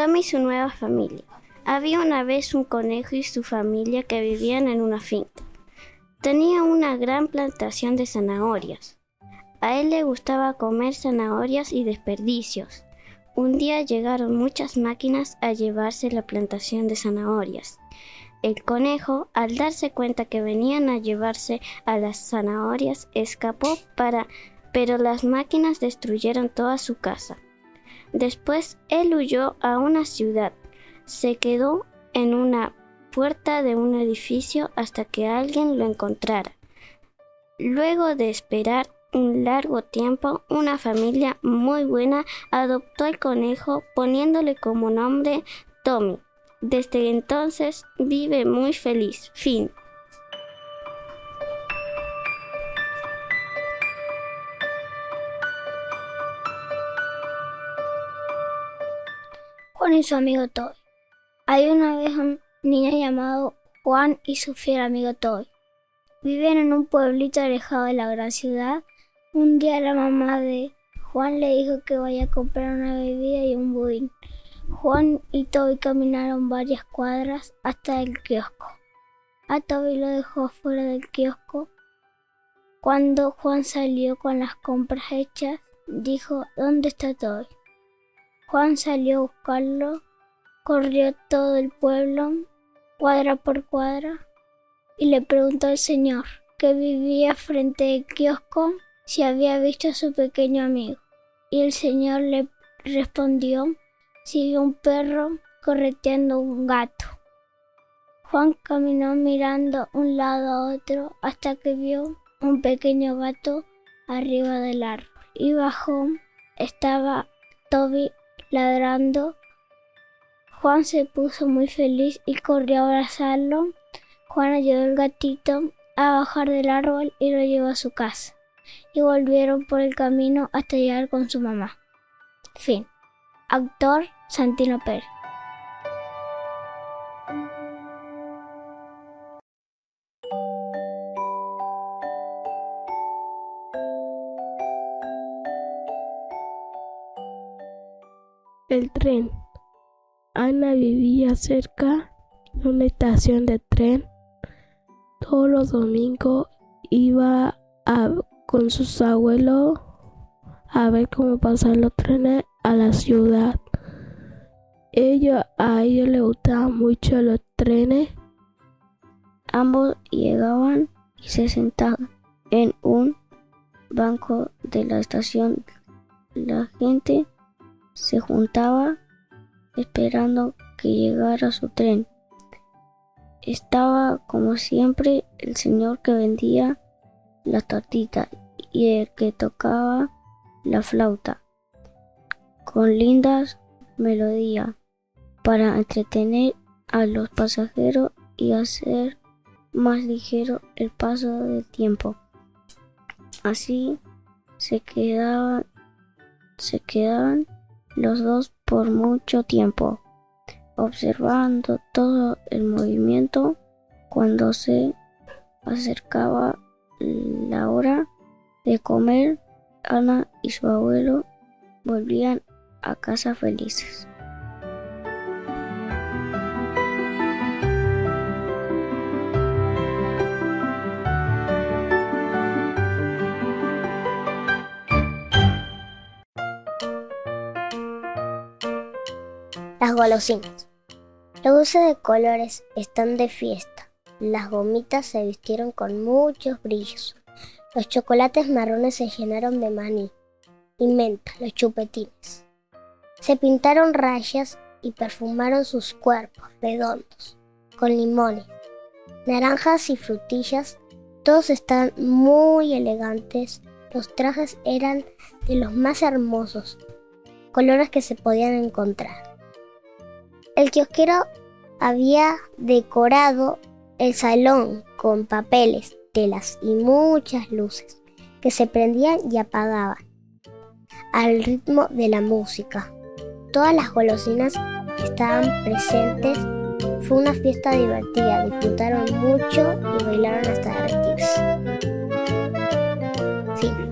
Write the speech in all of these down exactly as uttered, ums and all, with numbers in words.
Tommy y su nueva familia. Había una vez un conejo y su familia que vivían en una finca. Tenía una gran plantación de zanahorias. A él le gustaba comer zanahorias y desperdicios. Un día llegaron muchas máquinas a llevarse la plantación de zanahorias. El conejo, al darse cuenta que venían a llevarse a las zanahorias, escapó para, pero las máquinas destruyeron toda su casa. Después él huyó a una ciudad. Se quedó en una puerta de un edificio hasta que alguien lo encontrara. Luego de esperar un largo tiempo, una familia muy buena adoptó al conejo poniéndole como nombre Tommy. Desde entonces vive muy feliz. Fin. Juan y su amigo Toby. Hay una vez un niño llamado Juan y su fiel amigo Toby. Vivían en un pueblito alejado de la gran ciudad. Un día la mamá de Juan le dijo que vaya a comprar una bebida y un budín. Juan y Toby caminaron varias cuadras hasta el kiosco. A Toby lo dejó fuera del kiosco. Cuando Juan salió con las compras hechas, dijo: ¿Dónde está Toby? Juan salió a buscarlo, corrió todo el pueblo, cuadra por cuadra, y le preguntó al señor, que vivía frente al kiosco, si había visto a su pequeño amigo. Y el señor le respondió si vio un perro correteando un gato. Juan caminó mirando un lado a otro hasta que vio un pequeño gato arriba del árbol. Y bajó, estaba Toby ladrando. Juan se puso muy feliz y corrió a abrazarlo. Juan ayudó al gatito a bajar del árbol y lo llevó a su casa. Y volvieron por el camino hasta llegar con su mamá. Fin. Autor: Santino Pérez. El tren. Ana vivía cerca de una estación de tren. Todos los domingos iba a, con sus abuelos a ver cómo pasan los trenes a la ciudad. Ellos, a ellos les gustaban mucho los trenes. Ambos llegaban y se sentaban en un banco de la estación. La gente se juntaba esperando que llegara su tren. Estaba, como siempre, el señor que vendía las tortitas y el que tocaba la flauta con lindas melodías para entretener a los pasajeros y hacer más ligero el paso del tiempo. Así se quedaban, se quedaban los dos por mucho tiempo, observando todo el movimiento. Cuando se acercaba la hora de comer, Ana y su abuelo volvían a casa felices. Las golosinas. Los dulces de colores están de fiesta. Las gomitas se vistieron con muchos brillos. Los chocolates marrones se llenaron de maní y menta, los chupetines. Se pintaron rayas y perfumaron sus cuerpos redondos con limones, naranjas y frutillas. Todos estaban muy elegantes. Los trajes eran de los más hermosos colores que se podían encontrar. El kiosquero había decorado el salón con papeles, telas y muchas luces que se prendían y apagaban al ritmo de la música. Todas las golosinas estaban presentes. Fue una fiesta divertida, disfrutaron mucho y bailaron hasta derretirse. Fin.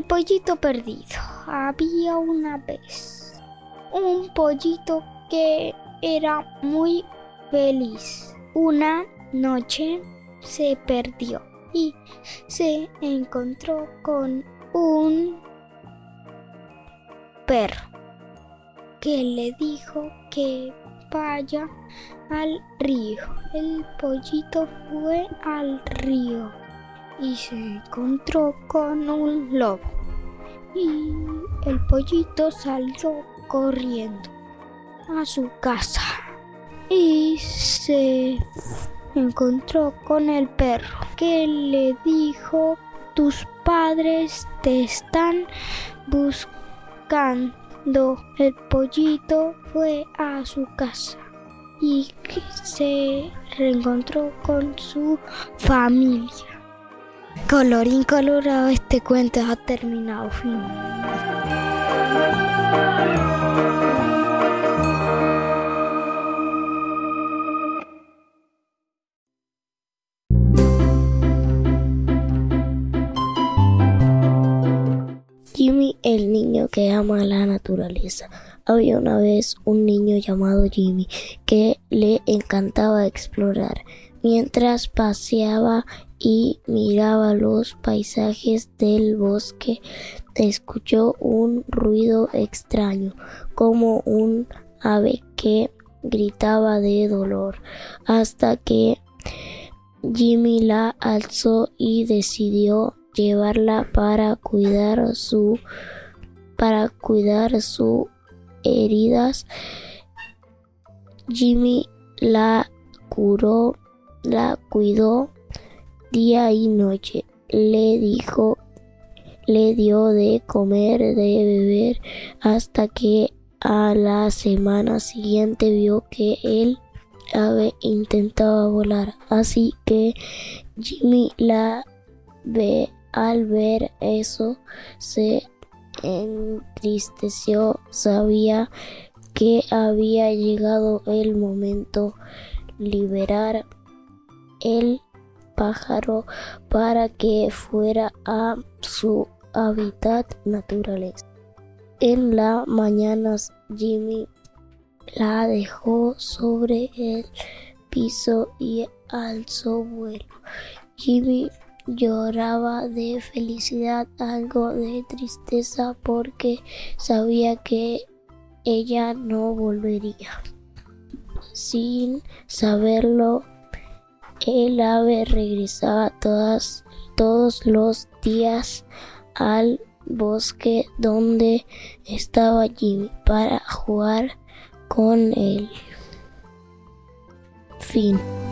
pollito perdido. Había una vez un pollito que era muy feliz. Una noche se perdió y se encontró con un perro que le dijo que vaya al río. El pollito fue al río y se encontró con un lobo y el pollito salió corriendo a su casa y se encontró con el perro que le dijo: tus padres te están buscando. El pollito fue a su casa y se reencontró con su familia. Colorín colorado, este cuento ha terminado. Fin. Jimmy, el niño que ama la naturaleza. Había una vez un niño llamado Jimmy que le encantaba explorar. Mientras paseaba y miraba los paisajes del bosque, escuchó un ruido extraño, como un ave que gritaba de dolor, hasta que Jimmy la alzó y decidió llevarla para cuidar su para cuidar sus heridas. Jimmy la curó, la cuidó día y noche. Le dijo, le dio de comer, de beber, hasta que a la semana siguiente vio que el ave intentaba volar. Así que Jimmy la ve Al ver eso, se entristeció. Sabía que había llegado el momento liberar el pájaro para que fuera a su hábitat natural. En la mañana, Jimmy la dejó sobre el piso y alzó vuelo. Jimmy lloraba de felicidad, algo de tristeza, porque sabía que ella no volvería. Sin saberlo, el ave regresaba todas, todos los días al bosque donde estaba Jimmy para jugar con él. Fin.